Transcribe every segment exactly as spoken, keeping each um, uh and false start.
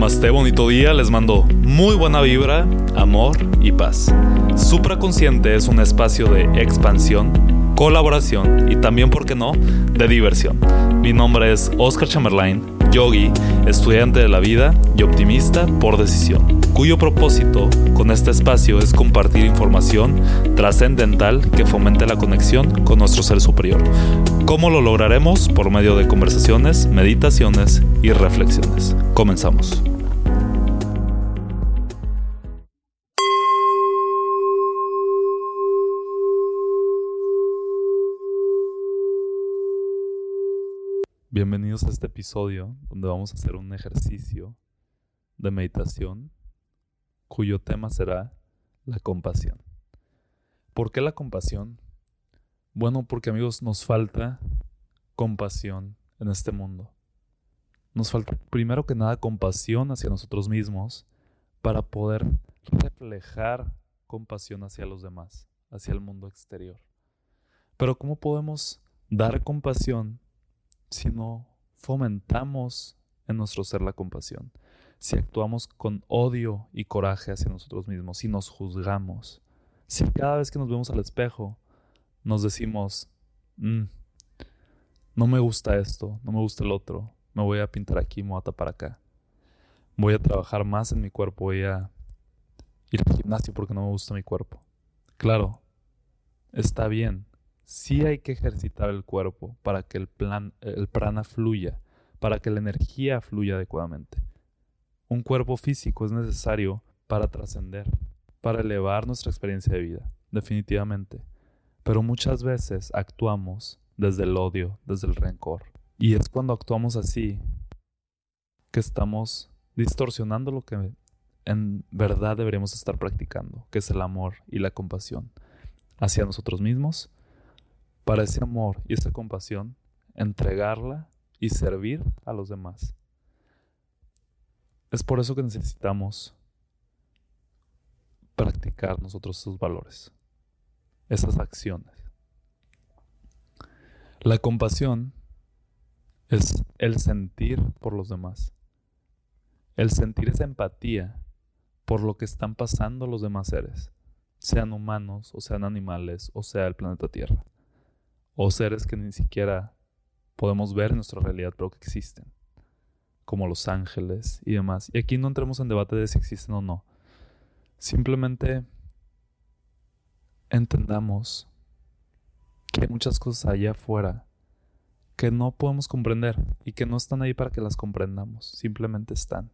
Namaste, bonito día, les mando muy buena vibra, amor y paz. Supraconsciente es un espacio de expansión, colaboración y también, ¿por qué no?, de diversión. Mi nombre es Oscar Chamberlain, yogi, estudiante de la vida y optimista por decisión, cuyo propósito con este espacio es compartir información trascendental que fomente la conexión con nuestro ser superior. ¿Cómo lo lograremos? Por medio de conversaciones, meditaciones y reflexiones. Comenzamos. Bienvenidos a este episodio donde vamos a hacer un ejercicio de meditación cuyo tema será la compasión. ¿Por qué la compasión? Bueno, porque, amigos, nos falta compasión en este mundo. Nos falta, primero que nada, compasión hacia nosotros mismos para poder reflejar compasión hacia los demás, hacia el mundo exterior. Pero ¿cómo podemos dar compasión si no fomentamos en nuestro ser la compasión? Si actuamos con odio y coraje hacia nosotros mismos, si nos juzgamos, si cada vez que nos vemos al espejo nos decimos, mm, no me gusta esto, no me gusta el otro, me voy a pintar aquí, me voy a tapar acá, voy a trabajar más en mi cuerpo, voy a ir al gimnasio porque no me gusta mi cuerpo. Claro, está bien. Sí hay que ejercitar el cuerpo para que el, plan, el prana fluya, para que la energía fluya adecuadamente. Un cuerpo físico es necesario para trascender, para elevar nuestra experiencia de vida, definitivamente. Pero muchas veces actuamos desde el odio, desde el rencor. Y es cuando actuamos así que estamos distorsionando lo que en verdad deberíamos estar practicando, que es el amor y la compasión hacia nosotros mismos. Para ese amor y esa compasión, entregarla y servir a los demás. Es por eso que necesitamos practicar nosotros esos valores, esas acciones. La compasión es el sentir por los demás, el sentir esa empatía por lo que están pasando los demás seres, sean humanos o sean animales o sea el planeta Tierra. O seres que ni siquiera podemos ver en nuestra realidad, pero que existen, como los ángeles y demás. Y aquí no entremos en debate de si existen o no. Simplemente entendamos que hay muchas cosas allá afuera que no podemos comprender y que no están ahí para que las comprendamos. Simplemente están.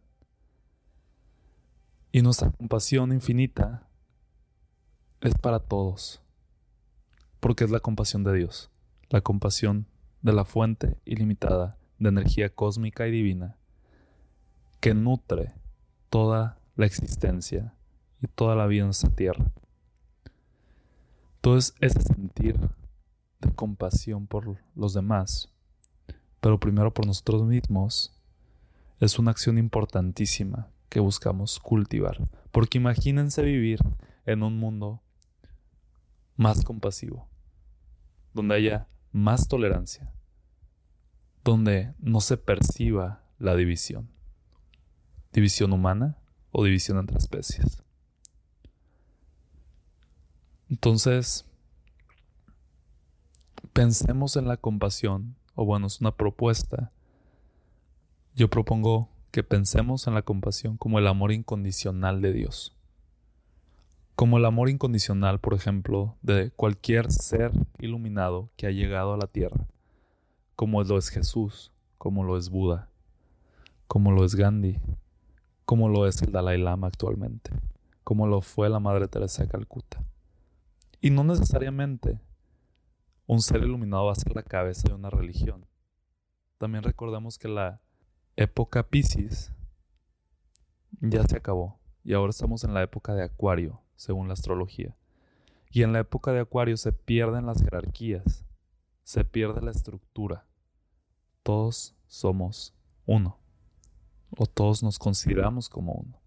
Y nuestra compasión infinita es para todos. Porque es la compasión de Dios, la compasión de la fuente ilimitada de energía cósmica y divina que nutre toda la existencia y toda la vida en esta tierra. Entonces, ese sentir de compasión por los demás, pero primero por nosotros mismos, es una acción importantísima que buscamos cultivar. Porque imagínense vivir en un mundo más compasivo, donde haya más tolerancia, donde no se perciba la división, división humana o división entre especies. Entonces, pensemos en la compasión, o bueno, es una propuesta. Yo propongo que pensemos en la compasión como el amor incondicional de Dios. Como el amor incondicional, por ejemplo, de cualquier ser iluminado que ha llegado a la tierra, como lo es Jesús, como lo es Buda, como lo es Gandhi, como lo es el Dalai Lama actualmente, como lo fue la Madre Teresa de Calcuta. Y no necesariamente un ser iluminado va a ser la cabeza de una religión. También recordemos que la época Piscis ya se acabó y ahora estamos en la época de Acuario, según la astrología. Y en la época de Acuario se pierden las jerarquías, se pierde la estructura. Todos somos uno, o todos nos consideramos como uno.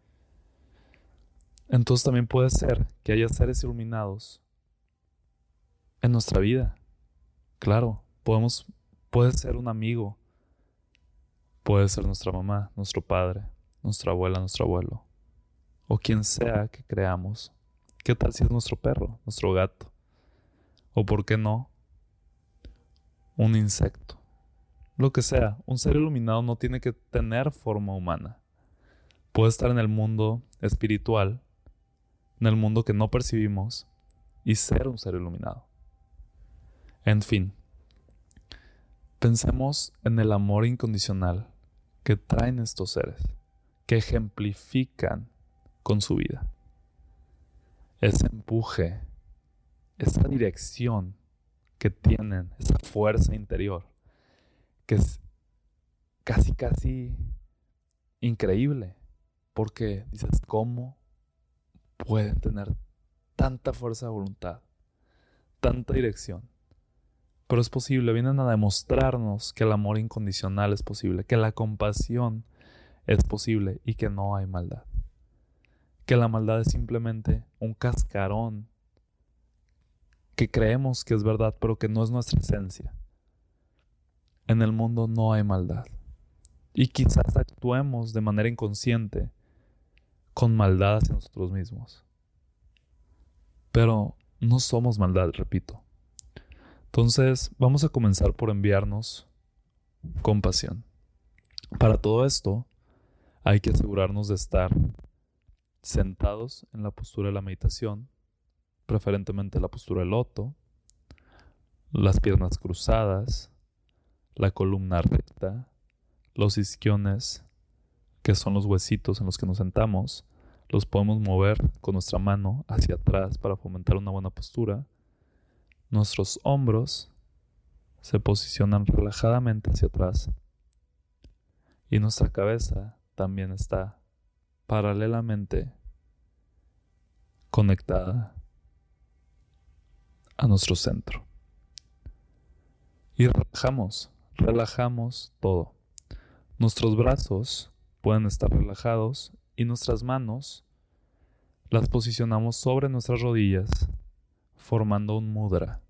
Entonces también puede ser que haya seres iluminados en nuestra vida. Claro, podemos, puede ser un amigo, puede ser nuestra mamá, nuestro padre, nuestra abuela, nuestro abuelo, o quien sea que creamos. ¿Qué tal si es nuestro perro, nuestro gato? O por qué no, un insecto. Lo que sea, un ser iluminado no tiene que tener forma humana. Puede estar en el mundo espiritual, en el mundo que no percibimos, y ser un ser iluminado. En fin, pensemos en el amor incondicional que traen estos seres, que ejemplifican con su vida. Ese empuje, esa dirección que tienen, esa fuerza interior, que es casi, casi increíble. Porque dices, ¿cómo pueden tener tanta fuerza de voluntad, tanta dirección? Pero es posible, vienen a demostrarnos que el amor incondicional es posible, que la compasión es posible y que no hay maldad. Que la maldad es simplemente un cascarón que creemos que es verdad, pero que no es nuestra esencia. En el mundo no hay maldad. Y quizás actuemos de manera inconsciente con maldad hacia nosotros mismos. Pero no somos maldad, repito. Entonces, vamos a comenzar por enviarnos compasión. Para todo esto, hay que asegurarnos de estar sentados en la postura de la meditación, preferentemente la postura del loto, las piernas cruzadas, la columna recta, los isquiones, que son los huesitos en los que nos sentamos, los podemos mover con nuestra mano hacia atrás para fomentar una buena postura. Nuestros hombros se posicionan relajadamente hacia atrás y nuestra cabeza también está paralelamente conectada a nuestro centro. Y relajamos, relajamos todo. Nuestros brazos pueden estar relajados y nuestras manos las posicionamos sobre nuestras rodillas, formando un mudra.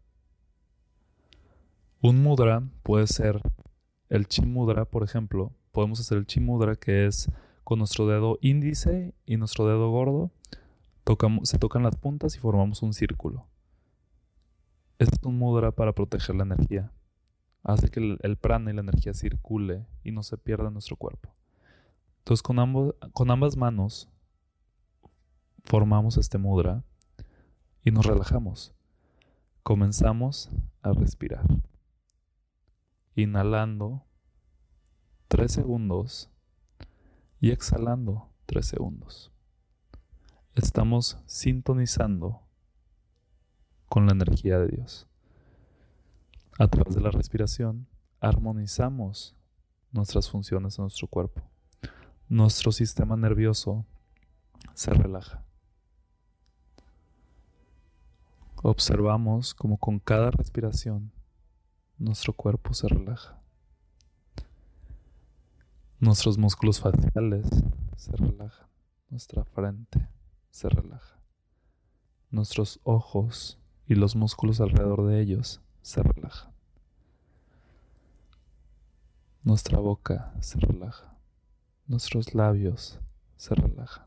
Un mudra puede ser el chi mudra, por ejemplo. Podemos hacer el chi mudra, que es con nuestro dedo índice y nuestro dedo gordo. Tocamos, se tocan las puntas y formamos un círculo. Este es un mudra para proteger la energía. Hace que el, el prana y la energía circule y no se pierda en nuestro cuerpo. Entonces con, ambos, con ambas manos formamos este mudra y nos relajamos. Comenzamos a respirar. Inhalando tres segundos y exhalando tres segundos. Estamos sintonizando con la energía de Dios. A través de la respiración, armonizamos nuestras funciones en nuestro cuerpo. Nuestro sistema nervioso se relaja. Observamos como con cada respiración nuestro cuerpo se relaja. Nuestros músculos faciales se relajan. Nuestra frente se relaja. Nuestros ojos y los músculos alrededor de ellos se relajan. Nuestra boca se relaja. Nuestros labios se relajan.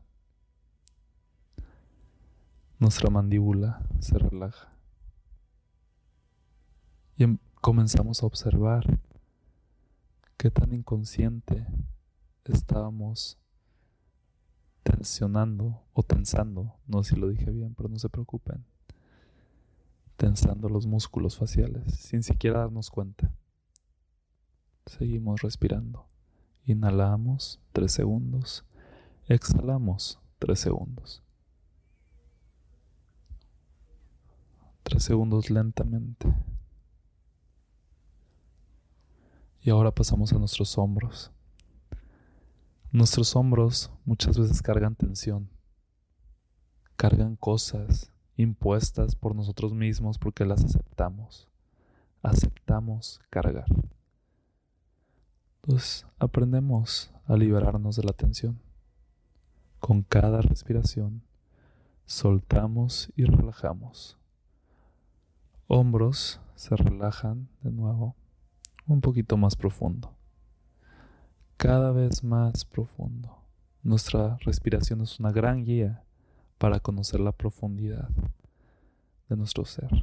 Nuestra mandíbula se relaja. Y em- comenzamos a observar qué tan inconsciente estábamos tensionando o tensando, no sé si lo dije bien, pero no se preocupen, tensando los músculos faciales sin siquiera darnos cuenta. Seguimos respirando. Inhalamos tres segundos, exhalamos tres segundos. Tres segundos lentamente. Y ahora pasamos a nuestros hombros. Nuestros hombros muchas veces cargan tensión, cargan cosas impuestas por nosotros mismos porque las aceptamos. Aceptamos cargar. Entonces aprendemos a liberarnos de la tensión. Con cada respiración soltamos y relajamos. Hombros se relajan de nuevo, un poquito más profundo. Cada vez más profundo. Nuestra respiración es una gran guía para conocer la profundidad de nuestro ser.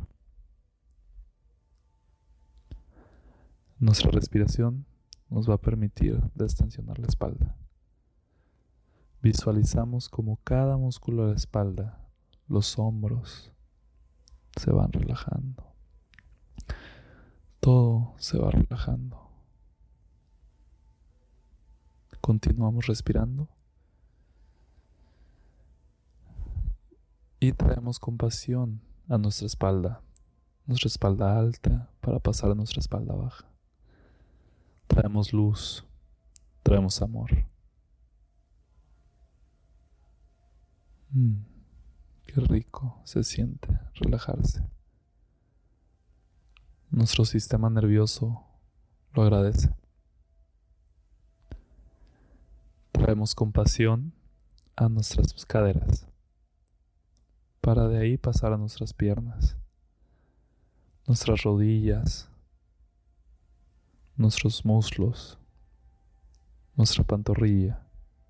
Nuestra respiración nos va a permitir destensionar la espalda. Visualizamos como cada músculo de la espalda, los hombros, se van relajando. Todo se va relajando. Continuamos respirando y traemos compasión a nuestra espalda, nuestra espalda alta para pasar a nuestra espalda baja. Traemos luz, traemos amor. Mm, qué rico se siente relajarse. Nuestro sistema nervioso lo agradece. Traemos compasión a nuestras caderas para de ahí pasar a nuestras piernas, nuestras rodillas, nuestros muslos, nuestra pantorrilla,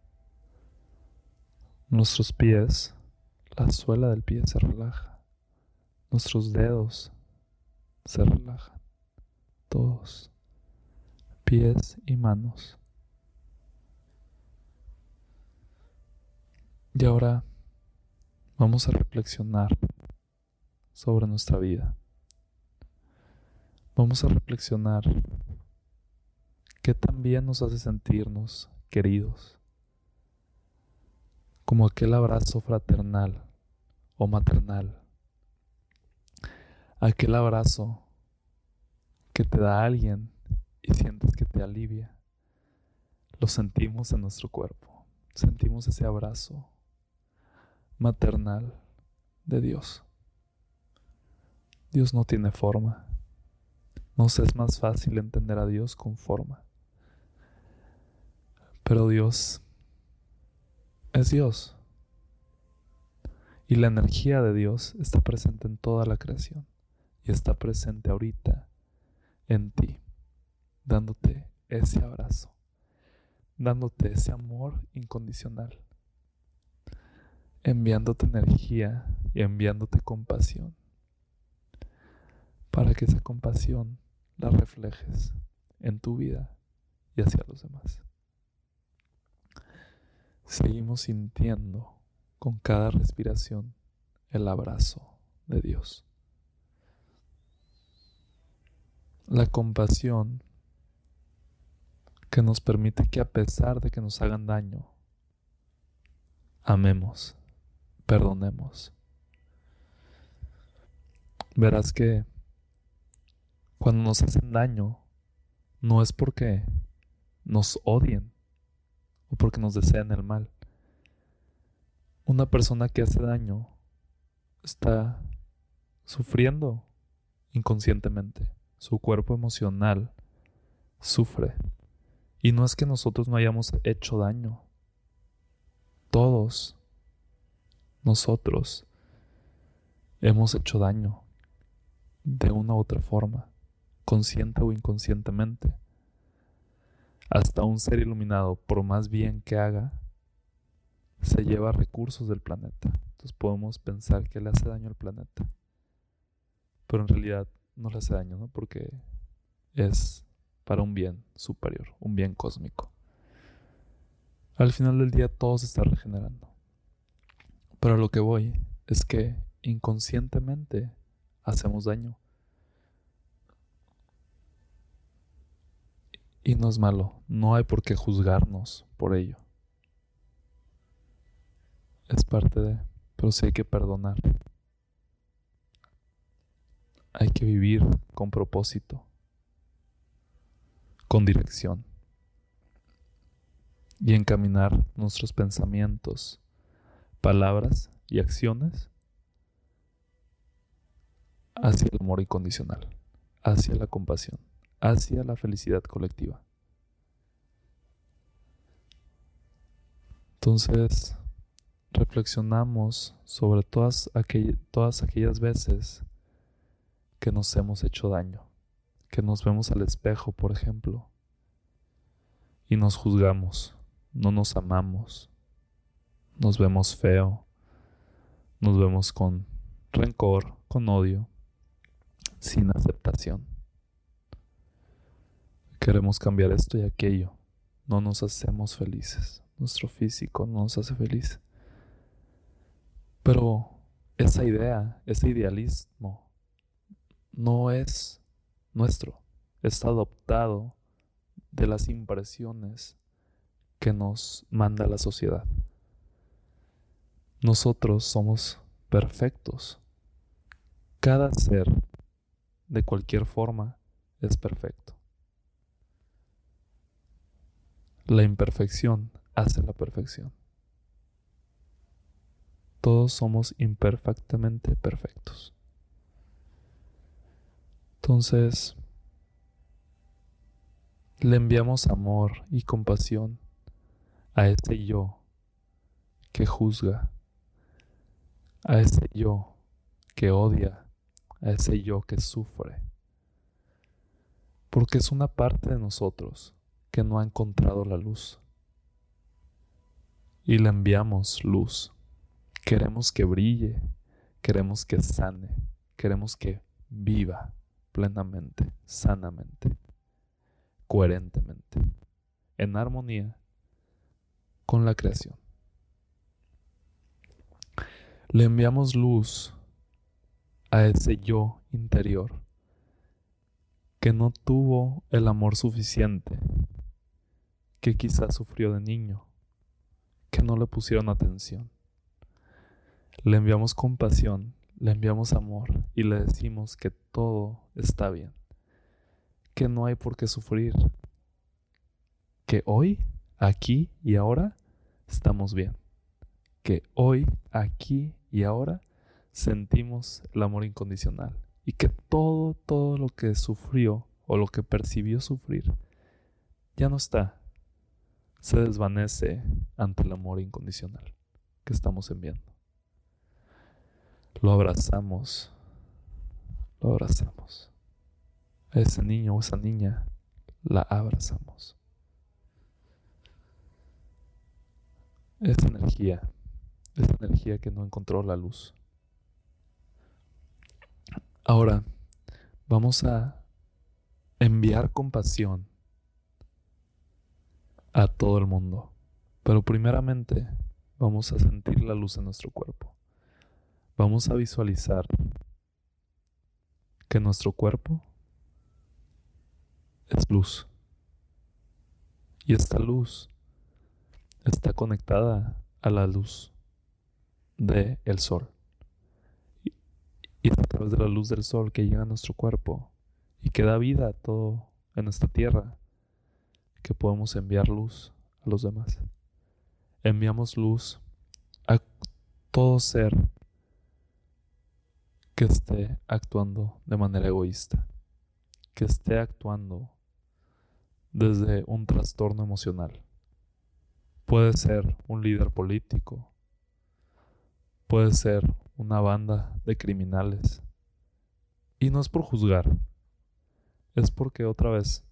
nuestros pies, la suela del pie se relaja, nuestros dedos se relajan, todos, pies y manos. Y ahora vamos a reflexionar sobre nuestra vida. Vamos a reflexionar qué tan bien nos hace sentirnos queridos, como aquel abrazo fraternal o maternal, aquel abrazo que te da alguien y sientes que te alivia. Lo sentimos en nuestro cuerpo, sentimos ese abrazo maternal de Dios. Dios no tiene forma. Nos es más fácil entender a Dios con forma. Pero Dios es Dios. Y la energía de Dios está presente en toda la creación. Y está presente ahorita en ti, dándote ese abrazo, dándote ese amor incondicional, enviándote energía y enviándote compasión, para que esa compasión la reflejes en tu vida y hacia los demás. Seguimos sintiendo con cada respiración el abrazo de Dios. La compasión que nos permite que a pesar de que nos hagan daño, amemos, perdonemos. Verás que cuando nos hacen daño, no es porque nos odien o porque nos desean el mal. Una persona que hace daño está sufriendo inconscientemente. Su cuerpo emocional sufre. Y no es que nosotros no hayamos hecho daño. Todos nosotros hemos hecho daño de una u otra forma, consciente o inconscientemente. Hasta un ser iluminado, por más bien que haga, se lleva recursos del planeta. Entonces podemos pensar que le hace daño al planeta, pero en realidad no le hace daño, ¿no? Porque es para un bien superior, un bien cósmico. Al final del día todo se está regenerando. Pero a lo que voy es que inconscientemente hacemos daño. Y no es malo, no hay por qué juzgarnos por ello. Es parte de, pero sí hay que perdonar. Hay que vivir con propósito, con dirección, y encaminar nuestros pensamientos, palabras y acciones hacia el amor incondicional, hacia la compasión, hacia la felicidad colectiva. Entonces, reflexionamos sobre todas, aquell- todas aquellas veces que nos hemos hecho daño, que nos vemos al espejo, por ejemplo, y nos juzgamos, no nos amamos, nos vemos feo, nos vemos con rencor, con odio, sin aceptación. Queremos cambiar esto y aquello. No nos hacemos felices. Nuestro físico no nos hace feliz. Pero esa idea, ese idealismo, no es nuestro. Es adoptado de las impresiones que nos manda la sociedad. Nosotros somos perfectos. Cada ser, de cualquier forma, es perfecto. La imperfección hace la perfección. Todos somos imperfectamente perfectos. Entonces, le enviamos amor y compasión a ese yo que juzga, a ese yo que odia, a ese yo que sufre, porque es una parte de nosotros que no ha encontrado la luz. Y le enviamos luz. Queremos que brille, queremos que sane, queremos que viva plenamente, sanamente, coherentemente, en armonía con la creación. Le enviamos luz a ese yo interior que no tuvo el amor suficiente, que quizás sufrió de niño, que no le pusieron atención. Le enviamos compasión, le enviamos amor y le decimos que todo está bien, que no hay por qué sufrir, que hoy, aquí y ahora estamos bien, que hoy, aquí y ahora sentimos el amor incondicional y que todo, todo lo que sufrió o lo que percibió sufrir ya no está, se desvanece ante el amor incondicional que estamos enviando. Lo abrazamos, lo abrazamos. A ese niño o esa niña la abrazamos. Esa energía, esa energía que no encontró la luz. Ahora vamos a enviar compasión a todo el mundo, pero primeramente vamos a sentir la luz en nuestro cuerpo. Vamos a visualizar que nuestro cuerpo es luz y esta luz está conectada a la luz del sol y, y es a través de la luz del sol que llega a nuestro cuerpo y que da vida a todo en esta tierra que podemos enviar luz a los demás. Enviamos luz a todo ser que esté actuando de manera egoísta, que esté actuando desde un trastorno emocional. Puede ser un líder político, puede ser una banda de criminales. Y no es por juzgar, es porque otra vez,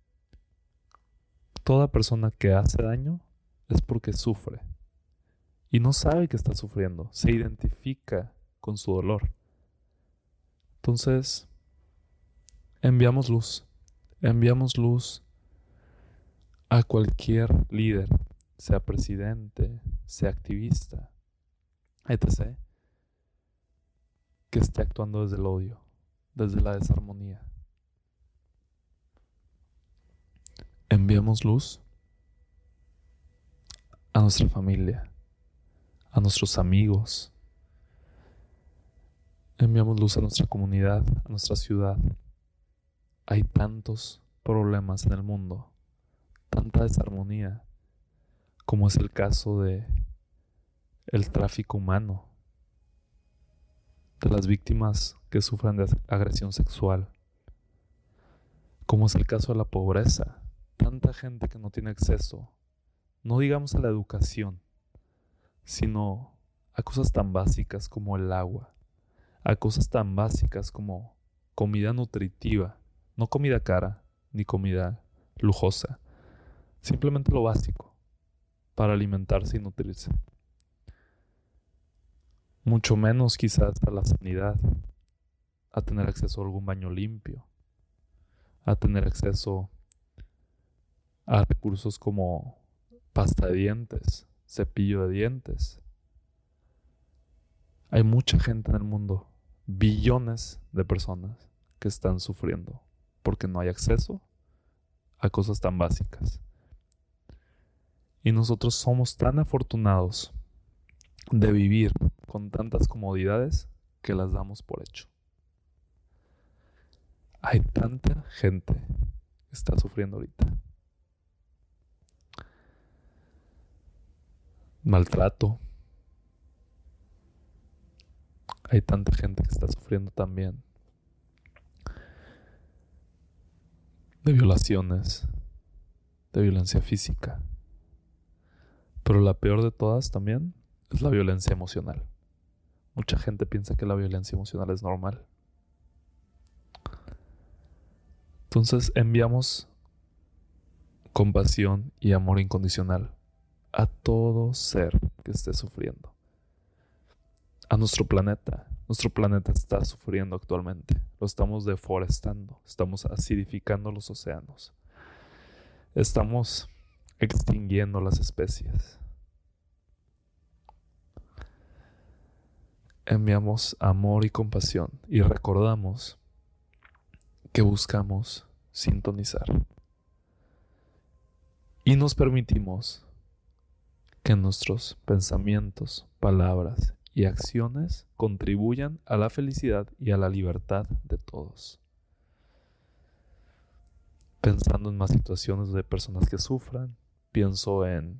toda persona que hace daño es porque sufre y no sabe que está sufriendo, se identifica con su dolor. Entonces, enviamos luz, enviamos luz a cualquier líder, sea presidente, sea activista, etcétera, que esté actuando desde el odio, desde la desarmonía. Enviamos luz a nuestra familia, a nuestros amigos. Enviamos luz a nuestra comunidad, a nuestra ciudad. Hay tantos problemas en el mundo, tanta desarmonía, como es el caso de el tráfico humano, de las víctimas que sufren de agresión sexual, como es el caso de la pobreza, tanta gente que no tiene acceso, no digamos a la educación, sino a cosas tan básicas como el agua, a cosas tan básicas como comida nutritiva, no comida cara ni comida lujosa, simplemente lo básico para alimentarse y nutrirse. mucho menos quizás a la sanidad, a tener acceso a algún baño limpio, a tener acceso a recursos como pasta de dientes, cepillo de dientes. Hay mucha gente en el mundo, billones de personas que están sufriendo porque no hay acceso a cosas tan básicas. Y nosotros somos tan afortunados de vivir con tantas comodidades que las damos por hecho. Hay tanta gente que está sufriendo ahorita. Maltrato. Hay tanta gente que está sufriendo también de violaciones, de violencia física. Pero la peor de todas también es la violencia emocional. Mucha gente piensa que la violencia emocional es normal. Entonces enviamos compasión y amor incondicional a todo ser que esté sufriendo. A nuestro planeta. Nuestro planeta está sufriendo actualmente. Lo estamos deforestando. Estamos acidificando los océanos. Estamos extinguiendo las especies. Enviamos amor y compasión y recordamos que buscamos sintonizar. Y nos permitimos que nuestros pensamientos, palabras y acciones contribuyan a la felicidad y a la libertad de todos. Pensando en más situaciones de personas que sufran, pienso en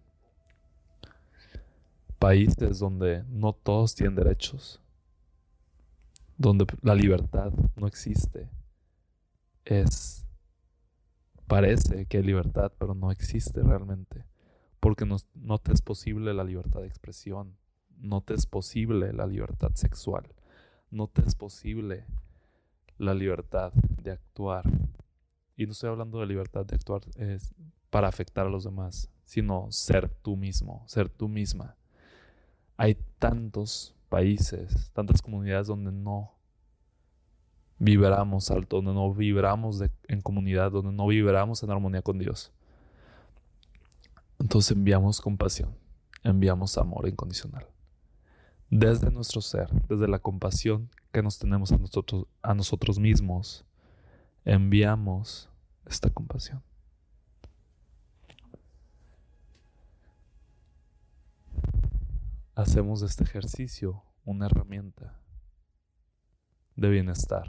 países donde no todos tienen derechos, donde la libertad no existe. Es, parece que hay libertad, pero no existe realmente, porque no, no te es posible la libertad de expresión, no te es posible la libertad sexual, no te es posible la libertad de actuar. Y no estoy hablando de libertad de actuar es para afectar a los demás, sino ser tú mismo, ser tú misma. Hay tantos países, tantas comunidades donde no vibramos alto, donde no vibramos de, en comunidad, donde no vibramos en armonía con Dios. Entonces enviamos compasión, enviamos amor incondicional. Desde nuestro ser, desde la compasión que nos tenemos a nosotros, a nosotros mismos, enviamos esta compasión. Hacemos de este ejercicio una herramienta de bienestar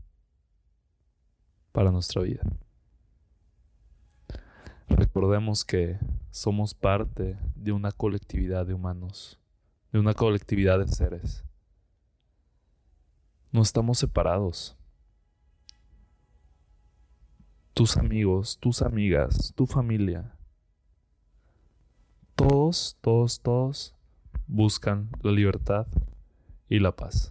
para nuestra vida. Recordemos que somos parte de una colectividad de humanos, de una colectividad de seres. No estamos separados. Tus amigos, tus amigas, tu familia, todos, todos, todos buscan la libertad y la paz.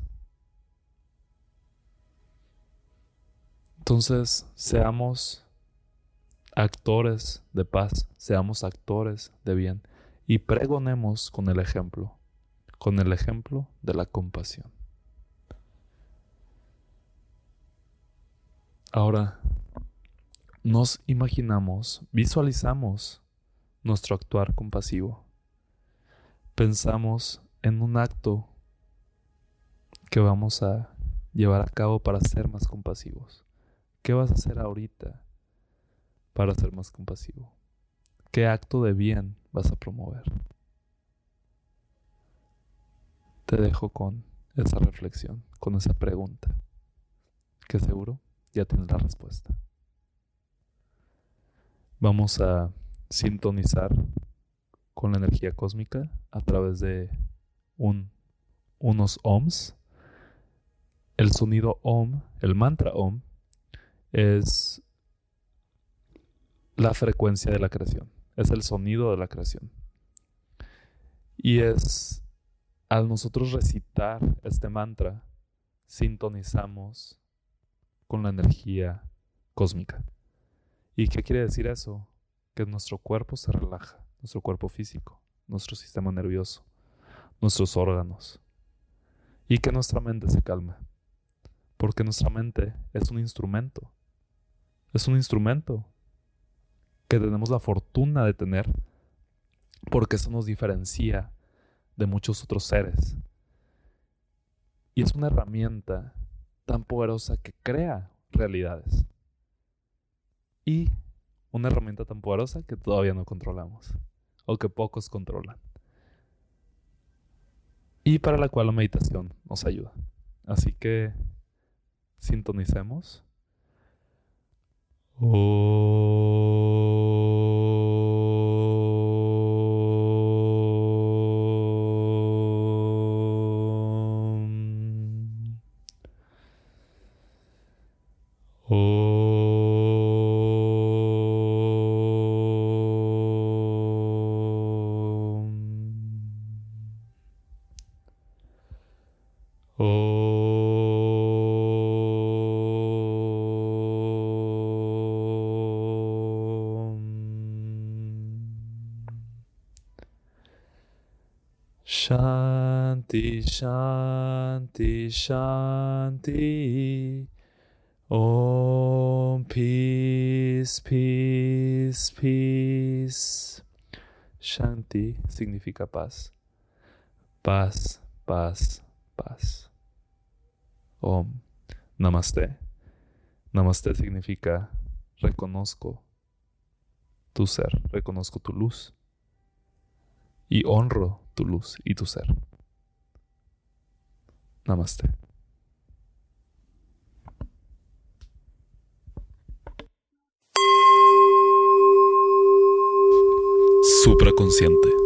Entonces, seamos actores de paz, seamos actores de bien y pregonemos con el ejemplo, con el ejemplo de la compasión. Ahora, nos imaginamos, visualizamos nuestro actuar compasivo. Pensamos en un acto que vamos a llevar a cabo para ser más compasivos. ¿Qué vas a hacer ahorita para ser más compasivo? ¿Qué acto de bien vas a promover? Te dejo con esa reflexión, con esa pregunta, que seguro ya tienes la respuesta. Vamos a sintonizar con la energía cósmica a través de un, unos ohms. El sonido ohm, el mantra ohm, es la frecuencia de la creación, es el sonido de la creación. Y es, al nosotros recitar este mantra, sintonizamos con la energía cósmica. ¿Y qué quiere decir eso? Que nuestro cuerpo se relaja, nuestro cuerpo físico, nuestro sistema nervioso, nuestros órganos. y que nuestra mente se calme. Porque nuestra mente es un instrumento. Es un instrumento que tenemos la fortuna de tener porque eso nos diferencia de muchos otros seres. Y es una herramienta tan poderosa que crea realidades. Y una herramienta tan poderosa que todavía no controlamos, o que pocos controlan. Y para la cual la meditación nos ayuda. Así que sintonicemos. Shanti, Shanti, Shanti. Om, peace, peace, peace. Shanti significa paz. Paz, paz, paz. Om, Namaste. Namaste significa reconozco tu ser, reconozco tu luz. Y honro tu luz y tu ser. Namaste. Supraconsciente.